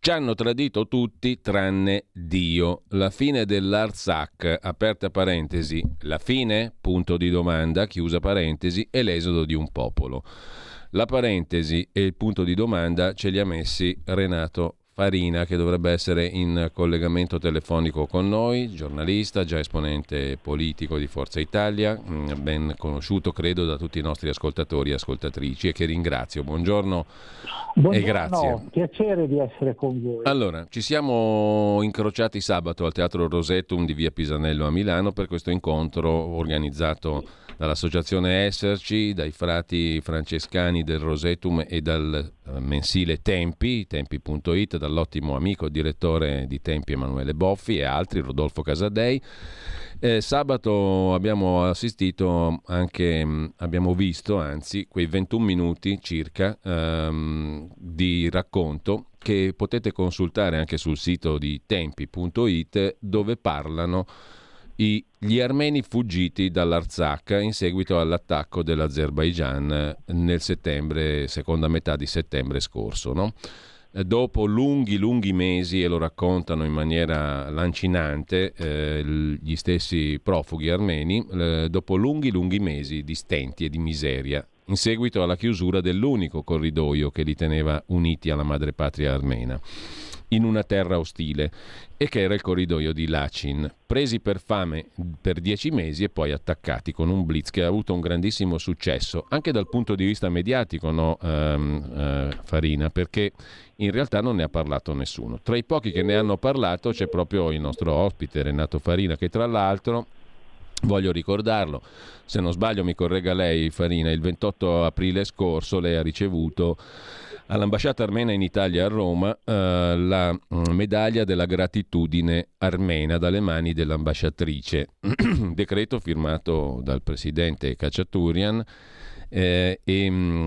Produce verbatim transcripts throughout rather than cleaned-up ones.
Ci hanno tradito tutti tranne Dio. La fine dell'Artsakh, aperta parentesi, la fine, punto di domanda, chiusa parentesi, e l'esodo di un popolo. La parentesi e il punto di domanda ce li ha messi Renato Farina, che dovrebbe essere in collegamento telefonico con noi, giornalista, già esponente politico di Forza Italia, ben conosciuto credo da tutti i nostri ascoltatori e ascoltatrici, e che ringrazio. Buongiorno. Buongiorno, e grazie. Piacere di essere con voi. Allora, ci siamo incrociati sabato al Teatro Rosettum di via Pisanello a Milano per questo incontro organizzato dall'associazione Esserci, dai frati francescani del Rosettum e dal mensile Tempi, tempi punto it, dall'ottimo amico direttore di Tempi Emanuele Boffi e altri, Rodolfo Casadei. Eh, sabato abbiamo assistito anche, abbiamo visto anzi, quei ventuno minuti circa ehm, di racconto che potete consultare anche sul sito di tempi punto it, dove parlano i, gli armeni fuggiti dall'Artsakh in seguito all'attacco dell'Azerbaigian nel settembre, seconda metà di settembre scorso, no? Dopo lunghi, lunghi mesi, e lo raccontano in maniera lancinante eh, gli stessi profughi armeni, eh, dopo lunghi, lunghi mesi di stenti e di miseria, in seguito alla chiusura dell'unico corridoio che li teneva uniti alla madrepatria armena, in una terra ostile, e che era il corridoio di Lachin, presi per fame per dieci mesi e poi attaccati con un blitz che ha avuto un grandissimo successo, anche dal punto di vista mediatico, no, um, uh, Farina, perché in realtà non ne ha parlato nessuno. Tra i pochi che ne hanno parlato c'è proprio il nostro ospite Renato Farina, che tra l'altro, voglio ricordarlo, se non sbaglio mi corregga lei Farina, il ventotto aprile scorso lei ha ricevuto all'ambasciata armena in Italia a Roma eh, la medaglia della gratitudine armena dalle mani dell'ambasciatrice, decreto firmato dal presidente Khachaturian eh, e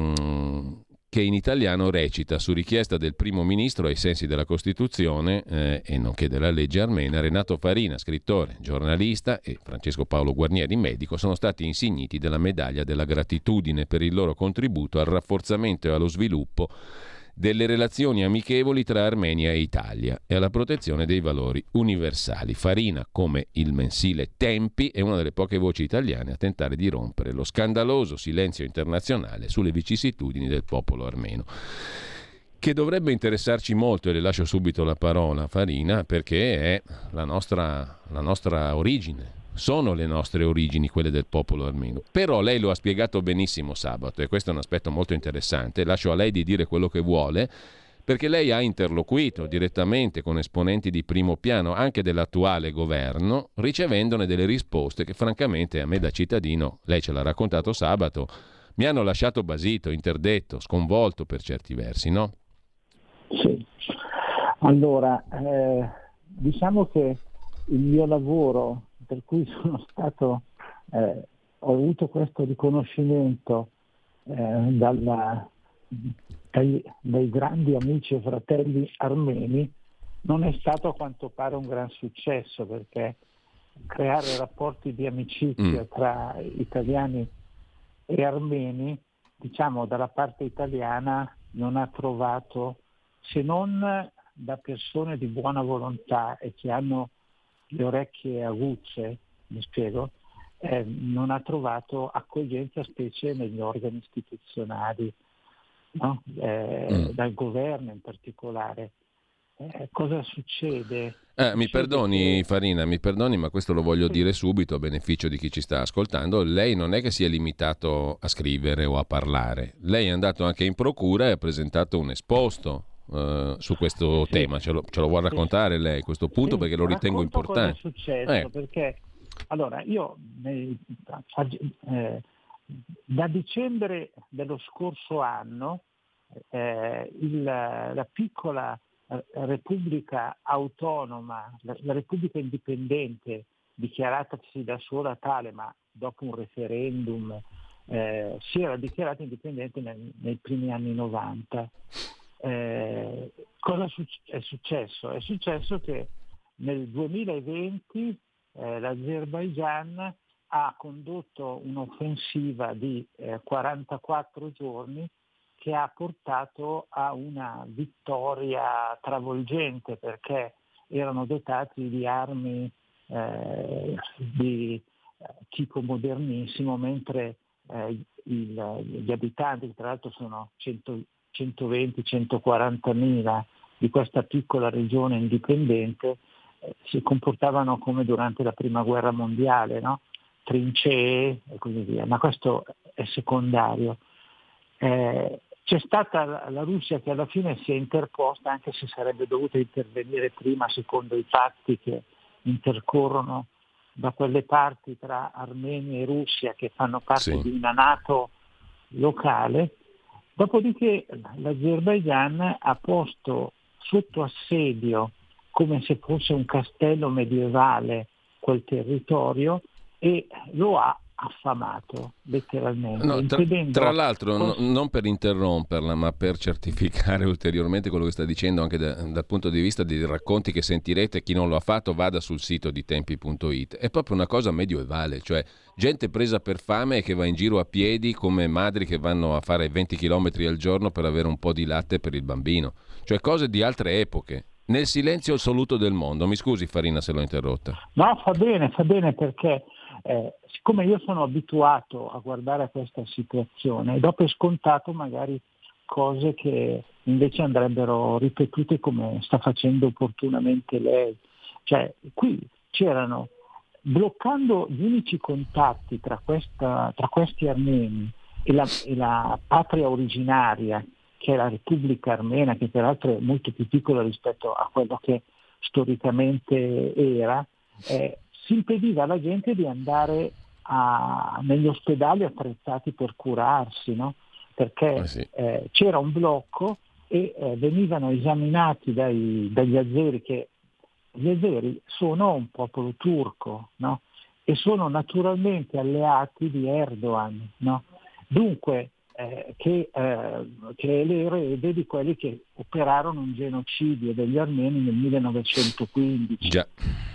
mh, che in italiano recita: su richiesta del primo ministro ai sensi della Costituzione eh, e nonché della legge armena, Renato Farina, scrittore, giornalista, e Francesco Paolo Guarnieri, medico, sono stati insigniti della medaglia della gratitudine per il loro contributo al rafforzamento e allo sviluppo delle relazioni amichevoli tra Armenia e Italia e alla protezione dei valori universali. Farina, come il mensile Tempi, è una delle poche voci italiane a tentare di rompere lo scandaloso silenzio internazionale sulle vicissitudini del popolo armeno, che dovrebbe interessarci molto, e le lascio subito la parola, Farina, perché è la nostra, la nostra origine. Sono le nostre origini quelle del popolo armeno. Però lei lo ha spiegato benissimo sabato, e questo è un aspetto molto interessante. Lascio a lei di dire quello che vuole, perché lei ha interloquito direttamente con esponenti di primo piano anche dell'attuale governo, ricevendone delle risposte che francamente a me da cittadino, lei ce l'ha raccontato sabato, mi hanno lasciato basito, interdetto, sconvolto per certi versi, no? Sì. Allora, eh, diciamo che il mio lavoro, per cui sono stato, eh, ho avuto questo riconoscimento eh, dalla, dai, dai grandi amici e fratelli armeni, non è stato a quanto pare un gran successo, perché creare rapporti di amicizia Mm. tra italiani e armeni, diciamo dalla parte italiana, non ha trovato, se non da persone di buona volontà e che hanno le orecchie aguzze, mi spiego, eh, non ha trovato accoglienza, specie negli organi istituzionali, no? eh, mm. dal governo in particolare. Eh, cosa succede? Eh, succede mi perdoni che... Farina, mi perdoni, ma questo lo voglio sì. dire subito a beneficio di chi ci sta ascoltando. Lei non è che si è limitato a scrivere o a parlare, lei è andato anche in procura e ha presentato un esposto uh, su questo sì. tema. Ce lo, ce lo vuol raccontare lei a questo punto, sì, perché lo ritengo importante. Cosa è successo? Eh. Perché allora io nei, eh, da dicembre dello scorso anno eh, il, la piccola Repubblica autonoma, la, la Repubblica indipendente, dichiaratasi da sola tale, ma dopo un referendum eh, si era dichiarata indipendente nel, nei primi anni novanta. Eh, cosa è successo? È successo che nel duemilaventi eh, l'Azerbaigian ha condotto un'offensiva di eh, quarantaquattro giorni che ha portato a una vittoria travolgente, perché erano dotati di armi eh, di eh, tipo modernissimo, mentre eh, il, gli abitanti, che tra l'altro sono cento, centoventi centoquaranta mila di questa piccola regione indipendente, eh, si comportavano come durante la prima guerra mondiale, no? Trincee e così via, ma questo è secondario. Eh, c'è stata la, la Russia che alla fine si è interposta, anche se sarebbe dovuta intervenire prima secondo i patti che intercorrono da quelle parti tra Armenia e Russia che fanno parte Sì. di una NATO locale. Dopodiché l'Azerbaigian ha posto sotto assedio, come se fosse un castello medievale, quel territorio e lo ha affamato letteralmente. No, tra, impedendo tra l'altro, no, cos- non per interromperla, ma per certificare ulteriormente quello che sta dicendo, anche da, dal punto di vista dei racconti che sentirete, chi non lo ha fatto vada sul sito di tempi punto it. È proprio una cosa medievale, cioè gente presa per fame e che va in giro a piedi come madri che vanno a fare venti chilometri al giorno per avere un po' di latte per il bambino. Cioè cose di altre epoche, nel silenzio assoluto del mondo. Mi scusi Farina se l'ho interrotta. No, fa bene, fa bene perché eh, siccome io sono abituato a guardare a questa situazione, do per scontato magari cose che invece andrebbero ripetute come sta facendo opportunamente lei. Cioè, qui c'erano, bloccando gli unici contatti tra, questa, tra questi armeni e la, e la patria originaria, che è la Repubblica Armena, che peraltro è molto più piccola rispetto a quello che storicamente era, eh, si impediva alla gente di andare a, negli ospedali attrezzati per curarsi, no? Perché Eh sì. eh, c'era un blocco e eh, venivano esaminati dai, dagli azeri, che gli azeri sono un popolo turco, no? E sono naturalmente alleati di Erdogan, no? Dunque eh, che, eh, che è l'erede di quelli che operarono un genocidio degli armeni nel millenovecentoquindici, Già.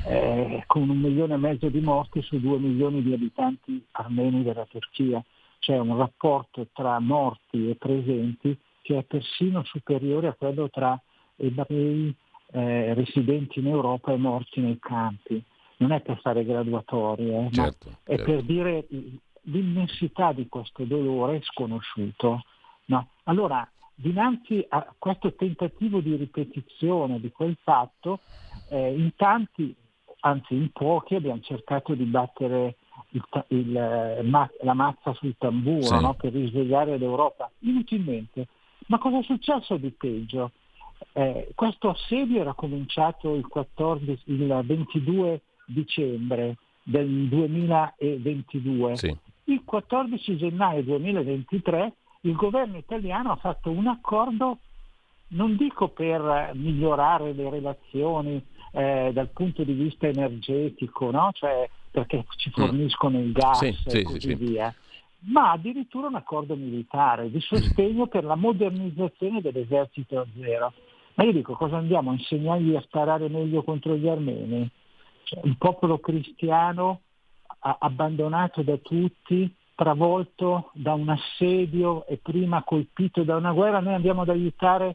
eh, con un milione e mezzo di morti su due milioni di abitanti armeni della Turchia. C'è un rapporto tra morti e presenti che è persino superiore a quello tra ebrei eh, residenti in Europa e morti nei campi. Non è per fare graduatorie, eh, Certo, ma è certo. per dire l'immensità di questo dolore sconosciuto. No? Allora, dinanzi a questo tentativo di ripetizione di quel fatto, eh, in tanti, anzi in pochi, abbiamo cercato di battere il, il, ma, la mazza sul tamburo, Sì. no? Per risvegliare l'Europa, inutilmente. Ma cosa è successo di peggio? Eh, questo assedio era cominciato il, quattordici, il ventidue dicembre del duemilaventidue. Sì. Il quattordici gennaio duemilaventitré il governo italiano ha fatto un accordo, non dico per migliorare le relazioni eh, dal punto di vista energetico, no? Cioè perché ci forniscono il gas Sì, e sì, così sì, sì. via, ma addirittura un accordo militare di sostegno per la modernizzazione dell'esercito azero. Ma io dico, cosa andiamo a insegnargli a sparare meglio contro gli armeni? Cioè, un popolo cristiano a- abbandonato da tutti, travolto da un assedio e prima colpito da una guerra, noi andiamo ad aiutare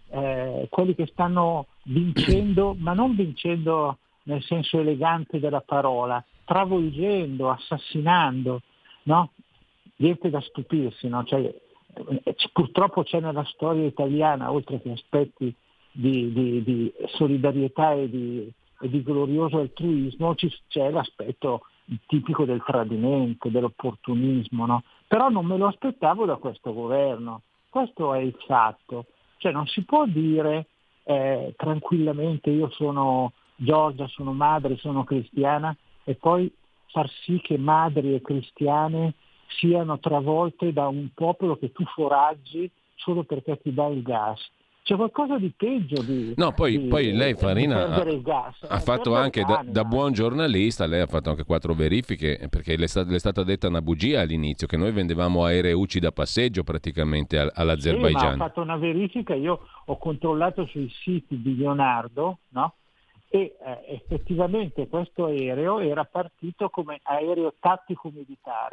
eh, quelli che stanno vincendo, ma non vincendo nel senso elegante della parola, travolgendo, assassinando, no? Niente da stupirsi, no? Cioè, eh, purtroppo c'è nella storia italiana, oltre che aspetti di, di, di solidarietà e di, e di glorioso altruismo, ci, c'è l'aspetto tipico del tradimento, dell'opportunismo, no? Però non me lo aspettavo da questo governo, questo è il fatto. Cioè non si può dire eh, tranquillamente io sono Giorgia, sono madre, sono cristiana e poi far sì che madri e cristiane siano travolte da un popolo che tu foraggi solo perché ti dà il gas. C'è qualcosa di peggio di, No, poi, di, poi lei di Farina ha, perdere il gas. ha Eh, fatto perdere anche da, da l'anima. buon giornalista, lei ha fatto anche quattro verifiche, perché le è, stata, le è stata detta una bugia all'inizio, che noi vendevamo aereucci da passeggio praticamente al- Sì, ma ho all'Azerbaigian. fatto una verifica, io ho controllato sui siti di Leonardo, no? E eh, effettivamente questo aereo era partito come aereo tattico militare,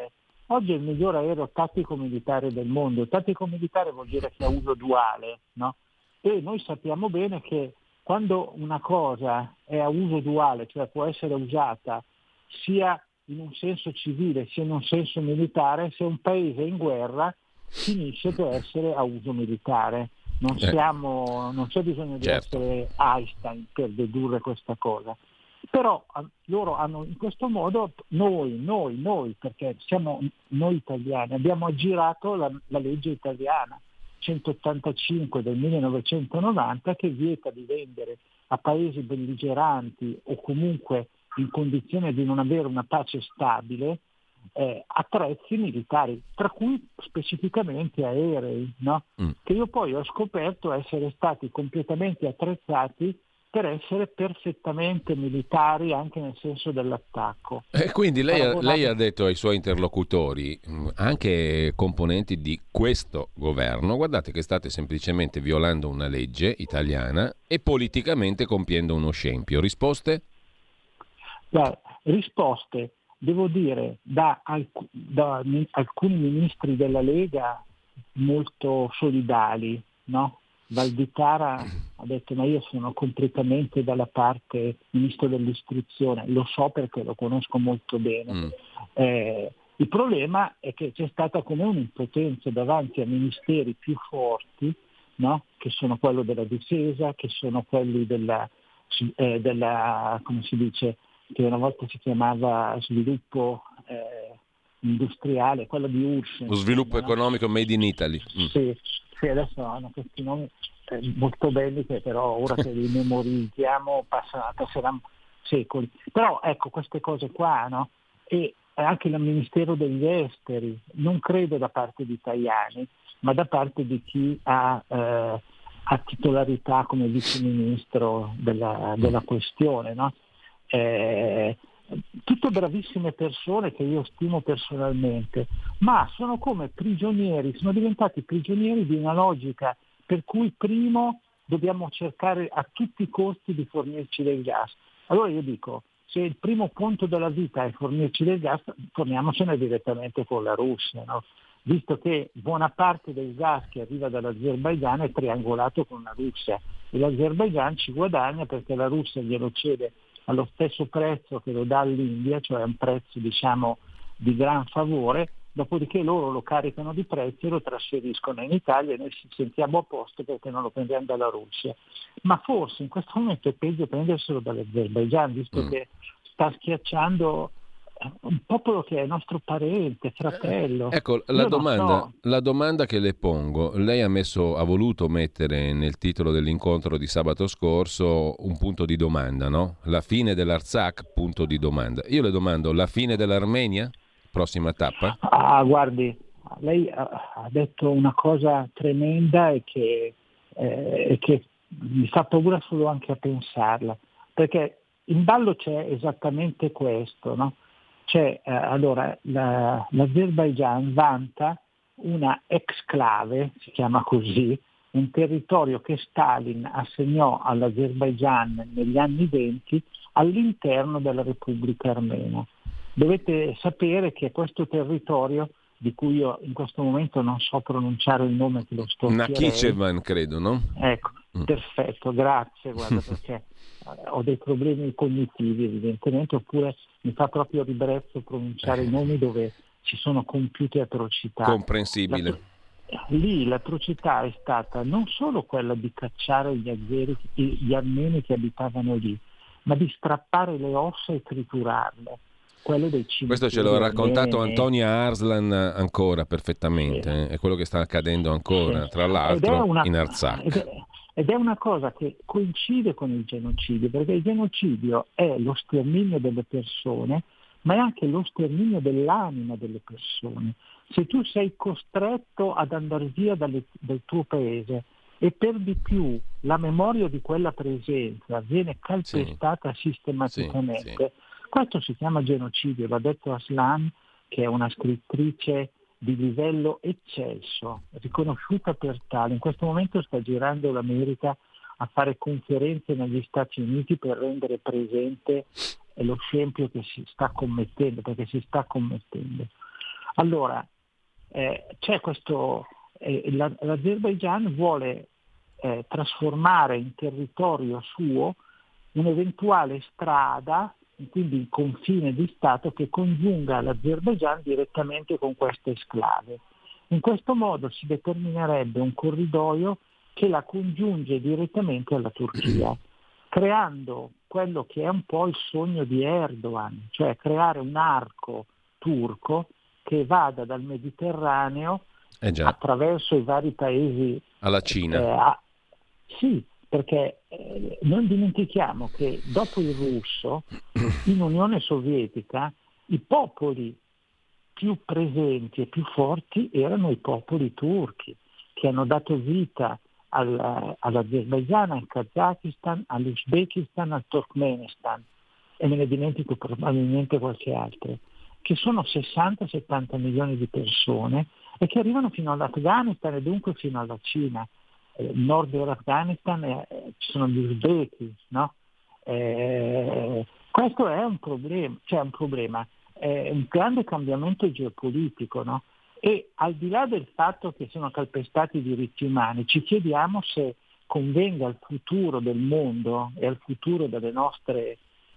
oggi è il miglior aereo tattico militare del mondo. Tattico militare vuol dire che ha uso duale, no? E noi sappiamo bene che quando una cosa è a uso duale, cioè può essere usata sia in un senso civile sia in un senso militare, se un paese è in guerra finisce per essere a uso militare. Non, siamo, non c'è bisogno di certo. essere Einstein per dedurre questa cosa. Però loro hanno in questo modo, noi, noi, noi, perché siamo noi italiani, abbiamo aggirato la, la legge italiana centottantacinque del millenovecentonovanta che vieta di vendere a paesi belligeranti o comunque in condizione di non avere una pace stabile eh, attrezzi militari, tra cui specificamente aerei, no? Mm. Che io poi ho scoperto essere stati completamente attrezzati per essere perfettamente militari anche nel senso dell'attacco. E quindi lei, Paragonato... lei ha detto ai suoi interlocutori, anche componenti di questo governo, guardate che state semplicemente violando una legge italiana e politicamente compiendo uno scempio. Risposte? Beh, risposte, devo dire, da, alc- da mi- alcuni ministri della Lega molto solidali, no? Valditara ha detto ma io sono completamente dalla parte ministro dell'istruzione, lo so perché lo conosco molto bene. Mm. Eh, il problema è che c'è stata come un'impotenza davanti a ministeri più forti, no? Che sono quello della difesa, che sono quelli della, eh, della come si dice, che una volta si chiamava sviluppo eh, industriale, quello di U R S S. Lo sviluppo no? economico made in Italy. Mm. Sì, sì, adesso hanno questi nomi eh, molto belli che però ora che li memorizziamo passano, passeranno secoli. Però ecco queste cose qua, no? E anche il Ministero degli Esteri, non credo da parte di Tajani, ma da parte di chi ha, eh, ha titolarità come vice ministro della, della questione, no? Eh, tutte bravissime persone che io stimo personalmente, ma sono come prigionieri, sono diventati prigionieri di una logica per cui primo dobbiamo cercare a tutti i costi di fornirci del gas. Allora io dico, se il primo punto della vita è fornirci del gas, forniamocene direttamente con la Russia, no? Visto che buona parte del gas che arriva dall'Azerbaigian è triangolato con la Russia e l'Azerbaigian ci guadagna perché la Russia glielo cede allo stesso prezzo che lo dà all'India, cioè un prezzo diciamo di gran favore, dopodiché loro lo caricano di prezzo e lo trasferiscono in Italia e noi ci sentiamo a posto perché non lo prendiamo dalla Russia. Ma forse in questo momento è peggio prenderselo dall'Azerbaigian, visto mm. che sta schiacciando un popolo che è nostro parente, fratello. Ecco, la domanda, so. la domanda che le pongo, lei ha messo, ha voluto mettere nel titolo dell'incontro di sabato scorso un punto di domanda, no? La fine dell'Artsakh, punto di domanda. Io le domando, la fine dell'Armenia? Prossima tappa? Ah, guardi, lei ha detto una cosa tremenda e che, eh, che mi fa paura solo anche a pensarla, perché in ballo c'è esattamente questo, no? C'è, eh, allora, la, l'Azerbaigian vanta una exclave, si chiama così, un territorio che Stalin assegnò all'Azerbaigian negli anni venti all'interno della Repubblica Armena. Dovete sapere che questo territorio, di cui io in questo momento non so pronunciare il nome che lo sto Nakhichevan, credo, no? Ecco, mm. perfetto, grazie, guarda, perché ho dei problemi cognitivi evidentemente, oppure mi fa proprio ribrezzo pronunciare i nomi dove ci sono compiute atrocità. Comprensibile. La, lì l'atrocità è stata non solo quella di cacciare gli, azeri, gli armeni che abitavano lì, ma di strappare le ossa e triturarle. Quello dei Questo ce l'ha raccontato Antonia Arslan ancora perfettamente, sì. È quello che sta accadendo ancora, sì. Tra l'altro una, in Artsakh. Ed è, ed è una cosa che coincide con il genocidio, perché il genocidio è lo sterminio delle persone, ma è anche lo sterminio dell'anima delle persone. Se tu sei costretto ad andare via dalle, dal tuo paese e per di più la memoria di quella presenza viene calpestata sì. sistematicamente, sì, sì. Questo si chiama genocidio, l'ha detto Aslan, che è una scrittrice di livello eccelso, riconosciuta per tale. In questo momento sta girando l'America a fare conferenze negli Stati Uniti per rendere presente lo scempio che si sta commettendo, perché si sta commettendo. Allora, eh, c'è questo, eh, la, l'Azerbaigian vuole eh, trasformare in territorio suo un'eventuale strada, quindi il confine di Stato che congiunga l'Azerbaigian direttamente con queste esclave. In questo modo si determinerebbe un corridoio che la congiunge direttamente alla Turchia, creando quello che è un po' il sogno di Erdogan, cioè creare un arco turco che vada dal Mediterraneo eh già, attraverso i vari paesi. alla Cina. Eh, a, sì, perché eh, non dimentichiamo che dopo il russo, in Unione Sovietica, i popoli più presenti e più forti erano i popoli turchi, che hanno dato vita al, all'Azerbaigian, al Kazakistan, all'Uzbekistan, al Turkmenistan, e me ne dimentico probabilmente qualche altro, che sono sessanta settanta milioni di persone e che arrivano fino all'Afghanistan e dunque fino alla Cina. Eh, nord dell'Afghanistan eh, ci sono gli uzbeki, no? Eh, questo è un problema, cioè un problema, è un grande cambiamento geopolitico, no? E al di là del fatto che sono calpestati i diritti umani, ci chiediamo se convenga al futuro del mondo e al futuro delle nostre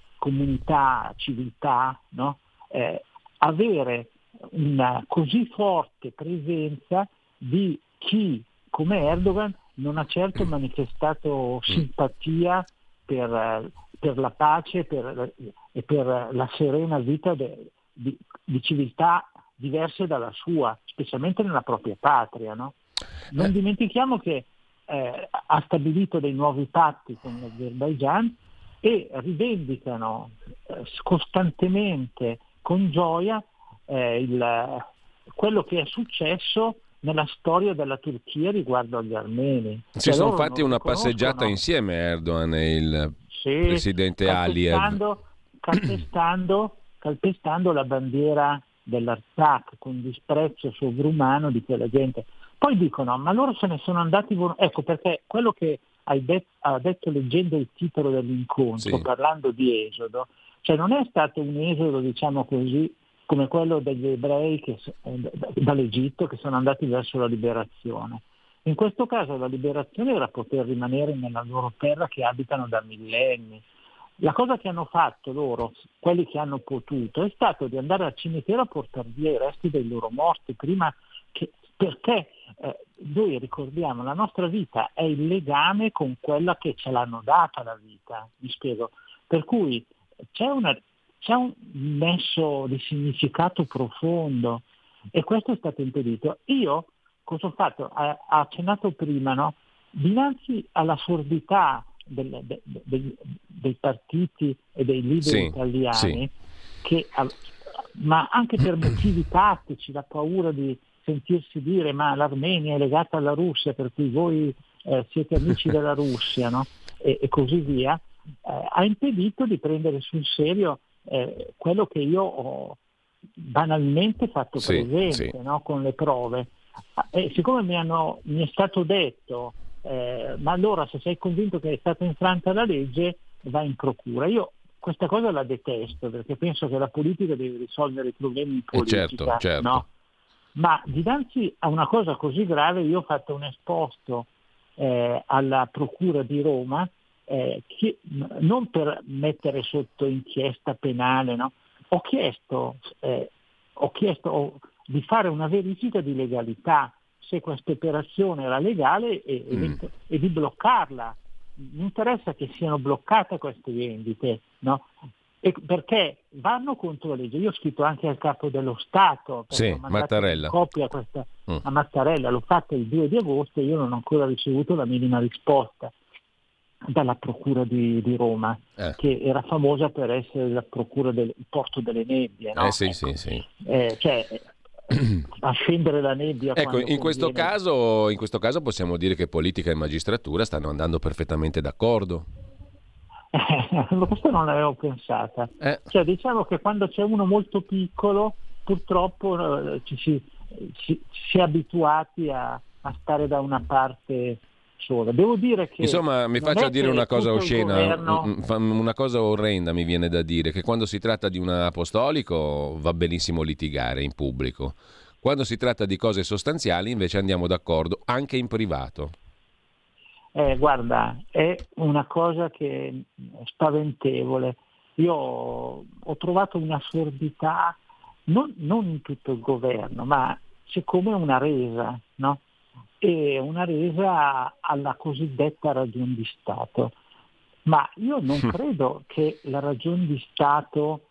comunità, civiltà, no? Eh, avere una così forte presenza di chi, come Erdogan, non ha certo manifestato simpatia per, per la pace per, e per la serena vita de, di, di civiltà diverse dalla sua, specialmente nella propria patria, no? Non eh. dimentichiamo che eh, ha stabilito dei nuovi patti con l'Azerbaigian e rivendicano eh, costantemente, con gioia, eh, il, quello che è successo nella storia della Turchia riguardo agli armeni. Si Cioè, sono loro fatti non una passeggiata riconoscono, insieme Erdogan e il sì, presidente Aliyev. calpestando, calpestando, calpestando la bandiera dell'Artsakh con disprezzo sovrumano di quella gente. Poi dicono, ma loro se ne sono andati, ecco perché quello che hai det- ha detto leggendo il titolo dell'incontro, Sì. parlando di esodo, cioè non è stato un esodo, diciamo così, come quello degli ebrei che, eh, dall'Egitto che sono andati verso la liberazione. In questo caso la liberazione era poter rimanere nella loro terra che abitano da millenni. La cosa che hanno fatto loro, quelli che hanno potuto, è stato di andare al cimitero a portare via i resti dei loro morti, prima che, perché eh, noi ricordiamo, la nostra vita è il legame con quella che ce l'hanno data la vita, mi spiego. Per cui c'è, una, c'è un nesso di significato profondo e questo è stato impedito. Io cosa ho fatto? Ha accennato prima, no? Dinanzi alla sordità del, de, de, dei partiti e dei leader Sì, italiani, sì. che, ma anche per motivi tattici, la paura di sentirsi dire ma l'Armenia è legata alla Russia, per cui voi eh, siete amici della Russia, no? e, e così via, eh, ha impedito di prendere sul serio eh, quello che io ho banalmente fatto Sì, presente, sì. no? Con le prove. E siccome mi, hanno, mi è stato detto eh, ma allora se sei convinto che è stata infranta la legge vai in procura, io questa cosa la detesto perché penso che la politica deve risolvere i problemi in Eh certo, politica, certo. no? Ma dinanzi a una cosa così grave io ho fatto un esposto eh, alla Procura di Roma, eh, che, non per mettere sotto inchiesta penale, no? Ho chiesto, eh, ho chiesto di fare una verifica di legalità, se questa operazione era legale e, Mm. e di bloccarla. Mi interessa che siano bloccate queste vendite, no? E perché vanno contro la legge. Io ho scritto anche al capo dello Stato, perché Sì, ho mandato in Mattarella. copia questa, Mm. a Mattarella, l'ho fatta il due di agosto e io non ho ancora ricevuto la minima risposta dalla Procura di, di Roma, Eh. che era famosa per essere la Procura del Porto delle Nebbie, no? Eh sì, Ecco. sì, sì. Eh, cioè, a scendere la nebbia Ecco, quando in questo conviene. caso, in questo caso possiamo dire che politica e magistratura stanno andando perfettamente d'accordo. Eh, questo non l'avevo pensata. Eh. Cioè, diciamo che quando c'è uno molto piccolo, purtroppo eh, ci si, si, si è abituati a, a stare da una parte sola. Devo dire che insomma mi non faccia è dire che una cosa tutto il oscena, governo... un- un- una cosa orrenda mi viene da dire, che quando si tratta di un apostolico va benissimo litigare in pubblico, quando si tratta di cose sostanziali invece andiamo d'accordo anche in privato. Eh, guarda, è una cosa che è spaventevole. Io ho trovato un'assurdità, non, non in tutto il governo, ma c'è come una resa, no? E una resa alla cosiddetta ragion di Stato. Ma io non credo che la ragion di Stato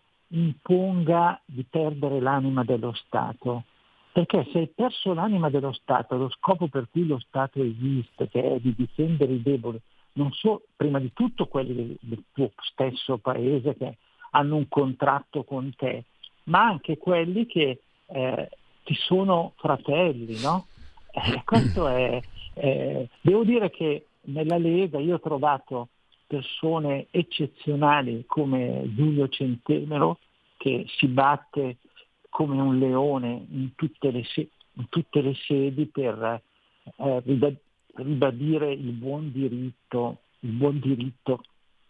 imponga di perdere l'anima dello Stato. Perché se hai perso l'anima dello Stato, lo scopo per cui lo Stato esiste, che è di difendere i deboli, non so, prima di tutto quelli del, del tuo stesso paese che hanno un contratto con te, ma anche quelli che eh, ti sono fratelli, no? Eh, questo è, eh, devo dire che nella Lega io ho trovato persone eccezionali come Giulio Centemero, che si batte come un leone in tutte le, se- in tutte le sedi per eh, riba- ribadire il buon diritto, il buon diritto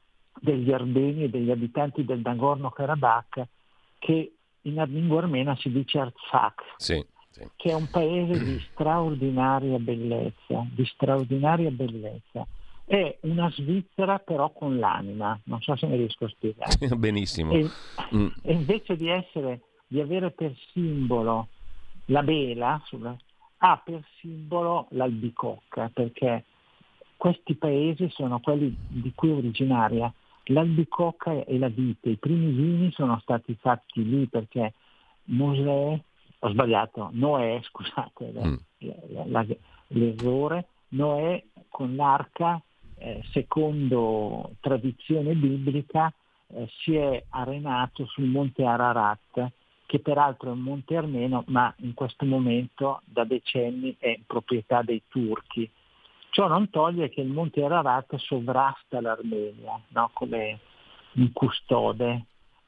degli armeni e degli abitanti del Nagorno-Karabakh, che in lingua armena si dice Artsakh, Sì, sì. che è un paese di straordinaria bellezza, di straordinaria bellezza. È una Svizzera però con l'anima, non so se mi riesco a spiegare. Benissimo. E, Mm. e invece di essere, di avere per simbolo la vela, sulla, ha per simbolo l'albicocca, perché questi paesi sono quelli di cui è originaria l'albicocca e la vite. I primi vini sono stati fatti lì perché Mosè, ho sbagliato, Noè, scusate la- Mm. la- la- l'errore, Noè con l'arca, eh, secondo tradizione biblica, eh, si è arenato sul monte Ararat, che peraltro è un monte armeno, ma in questo momento da decenni è in proprietà dei turchi. Ciò non toglie che il monte Ararat sovrasta l'Armenia, no? Come un custode.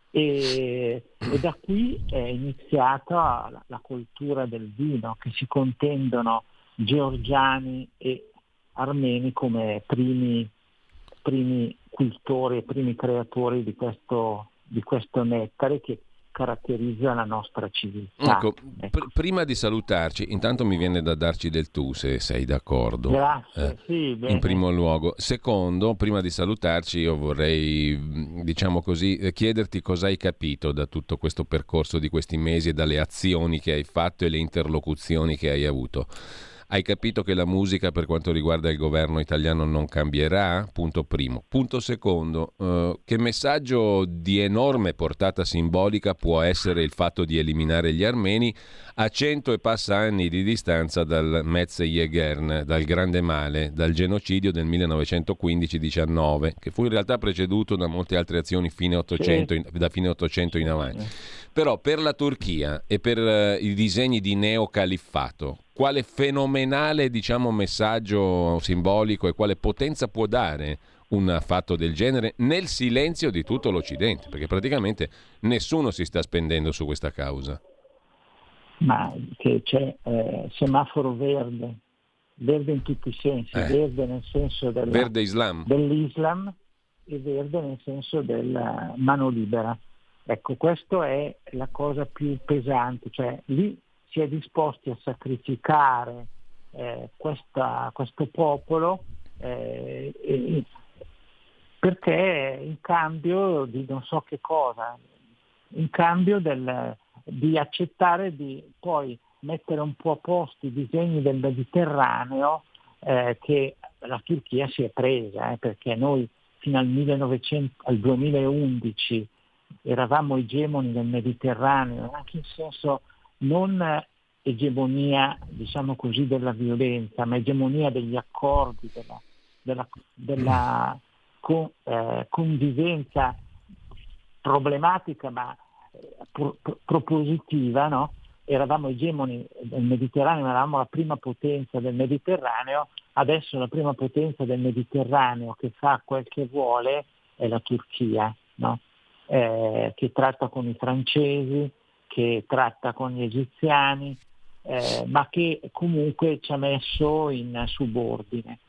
E, e da qui è iniziata la, la cultura del vino, che si contendono georgiani e armeni come primi, primi cultori e primi creatori di questo, di questo nettare che caratterizza la nostra civiltà. Ecco, Ecco. pr- prima di salutarci, intanto mi viene da darci del tu, se sei d'accordo. Grazie, Eh, sì, bene. in primo luogo. Secondo, prima di salutarci, io vorrei, mh, diciamo così, eh, chiederti cosa hai capito da tutto questo percorso di questi mesi e dalle azioni che hai fatto e le interlocuzioni che hai avuto. Hai capito che la musica per quanto riguarda il governo italiano non cambierà? Punto primo. Punto secondo, eh, che messaggio di enorme portata simbolica può essere il fatto di eliminare gli armeni a cento e passa anni di distanza dal Metz-Yegern, dal grande male, dal genocidio del millenovecentoquindici diciannove, che fu in realtà preceduto da molte altre azioni fine ottocento, in- da fine ottocento in avanti. Però per la Turchia e per eh, i disegni di neocaliffato, quale fenomenale, diciamo, messaggio simbolico e quale potenza può dare un fatto del genere nel silenzio di tutto l'Occidente? Perché praticamente nessuno si sta spendendo su questa causa. Ma che c'è eh, semaforo verde, verde in tutti i sensi, Eh. verde nel senso della, Verde Islam. dell'Islam e verde nel senso della mano libera. Ecco, questa è la cosa più pesante, cioè lì si è disposti a sacrificare eh, questa, questo popolo eh, e, perché in cambio di non so che cosa, in cambio del, di accettare di poi mettere un po' a posto i disegni del Mediterraneo eh, che la Turchia si è presa, eh, perché noi fino al, millenovecento, al duemilaundici eravamo egemoni nel Mediterraneo, anche in senso non egemonia, diciamo così, della violenza, ma egemonia degli accordi, della, della, della con, eh, convivenza problematica ma pro, pro, propositiva, no? Eravamo egemoni del Mediterraneo, eravamo la prima potenza del Mediterraneo, adesso la prima potenza del Mediterraneo che fa quel che vuole è la Turchia, no? Eh, che tratta con i francesi, che tratta con gli egiziani, eh, ma che comunque ci ha messo in subordine.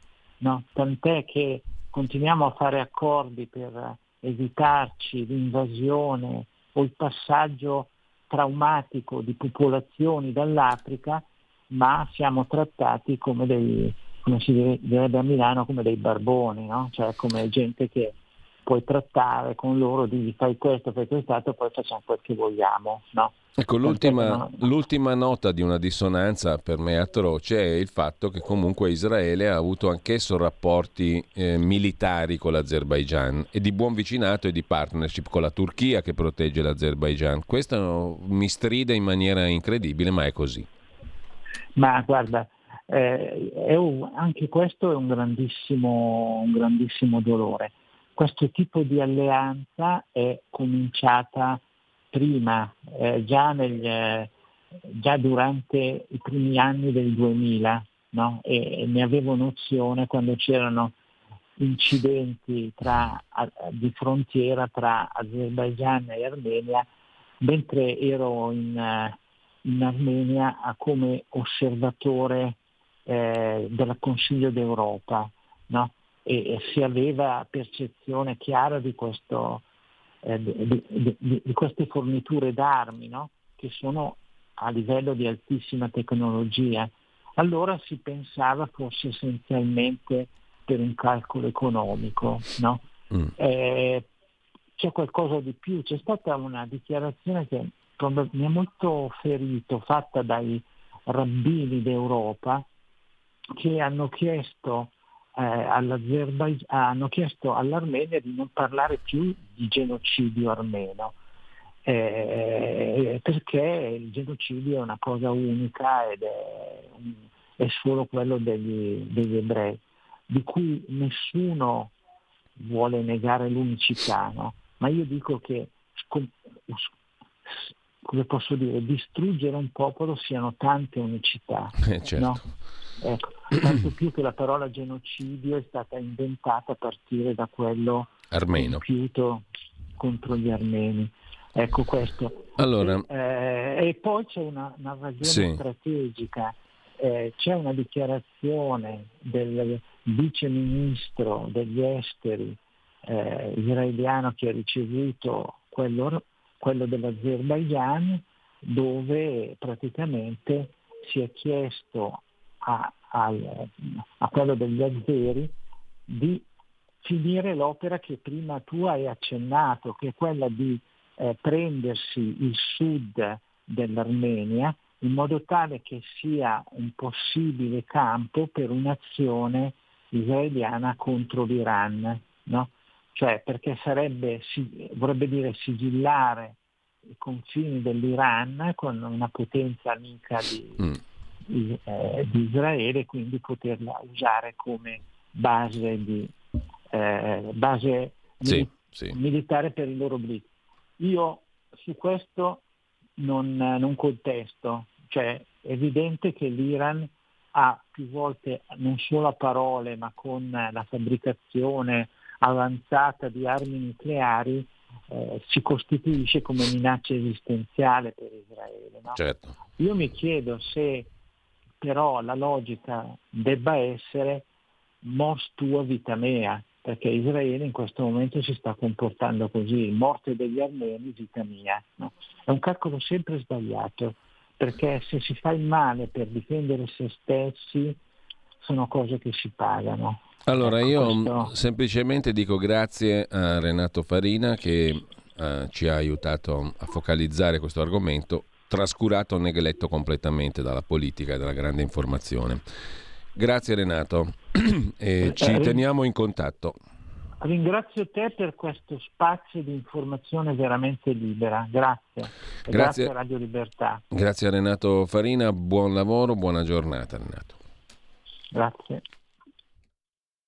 no? Tant'è che continuiamo a fare accordi per evitarci l'invasione o il passaggio traumatico di popolazioni dall'Africa, ma siamo trattati come dei, come si direbbe a Milano, come dei barboni, no? Cioè come gente che puoi trattare con loro, digli fai questo, fai quest'altro, poi facciamo quel che vogliamo, no? Ecco, l'ultima, l'ultima nota di una dissonanza per me atroce è il fatto che comunque Israele ha avuto anch'esso rapporti eh, militari con l'Azerbaigian e di buon vicinato e di partnership con la Turchia che protegge l'Azerbaigian. Questo mi stride in maniera incredibile, ma è così. Ma guarda, eh, è un, anche questo è un grandissimo, un grandissimo dolore. Questo tipo di alleanza è cominciata prima, eh, già, nel, eh, già durante i primi anni del duemila, no? e, e ne avevo nozione quando c'erano incidenti tra, a, di frontiera tra Azerbaigian e Armenia, mentre ero in, in Armenia a come osservatore eh, del Consiglio d'Europa, no? e, e si aveva percezione chiara di questo Eh, di, di, di queste forniture d'armi, no? Che sono a livello di altissima tecnologia. Allora si pensava fosse essenzialmente per un calcolo economico, no? Mm. Eh, c'è qualcosa di più, c'è stata una dichiarazione che mi ha molto ferito, fatta dai rabbini d'Europa, che hanno chiesto Eh, all'Azerbaigian, hanno chiesto all'Armenia di non parlare più di genocidio armeno, eh, perché il genocidio è una cosa unica ed è, è solo quello degli, degli ebrei, di cui nessuno vuole negare l'unicità, no? Ma io dico che, come posso dire, distruggere un popolo siano tante unicità, eh, certo. no? Ecco, tanto più che la parola genocidio è stata inventata a partire da quello armeno compiuto contro gli armeni. Ecco questo. Allora, e, eh, e poi c'è una, una ragione sì. strategica. Eh, c'è una dichiarazione del vice ministro degli esteri eh, israeliano che ha ricevuto quello, quello dell'Azerbaigian, dove praticamente si è chiesto A, a, a quello degli azeri di finire l'opera che prima tu hai accennato, che è quella di eh, prendersi il sud dell'Armenia in modo tale che sia un possibile campo per un'azione israeliana contro l'Iran, no? Cioè perché sarebbe, vorrebbe dire sigillare i confini dell'Iran con una potenza amica di mm. Di, eh, di Israele, quindi poterla usare come base, di, eh, base sì, mili- sì. militare per il loro blitz. Io su questo non, non contesto, cioè è evidente che l'Iran ha più volte, non solo a parole, ma con la fabbricazione avanzata di armi nucleari, eh, si costituisce come minaccia esistenziale per Israele. No? Certo. Io mi chiedo se però la logica debba essere mors tua vita mea, perché Israele in questo momento si sta comportando così, morte degli armeni, vita mia. No? È un calcolo sempre sbagliato, perché se si fa il male per difendere se stessi sono cose che si pagano. Allora ecco, io questo... semplicemente dico grazie a Renato Farina che uh, ci ha aiutato a focalizzare questo argomento, trascurato o negletto completamente dalla politica e dalla grande informazione. Grazie Renato e ci teniamo in contatto. Ringrazio te per questo spazio di informazione veramente libera. Grazie. E grazie. Grazie a Radio Libertà. Grazie a Renato Farina, buon lavoro, buona giornata Renato. Grazie.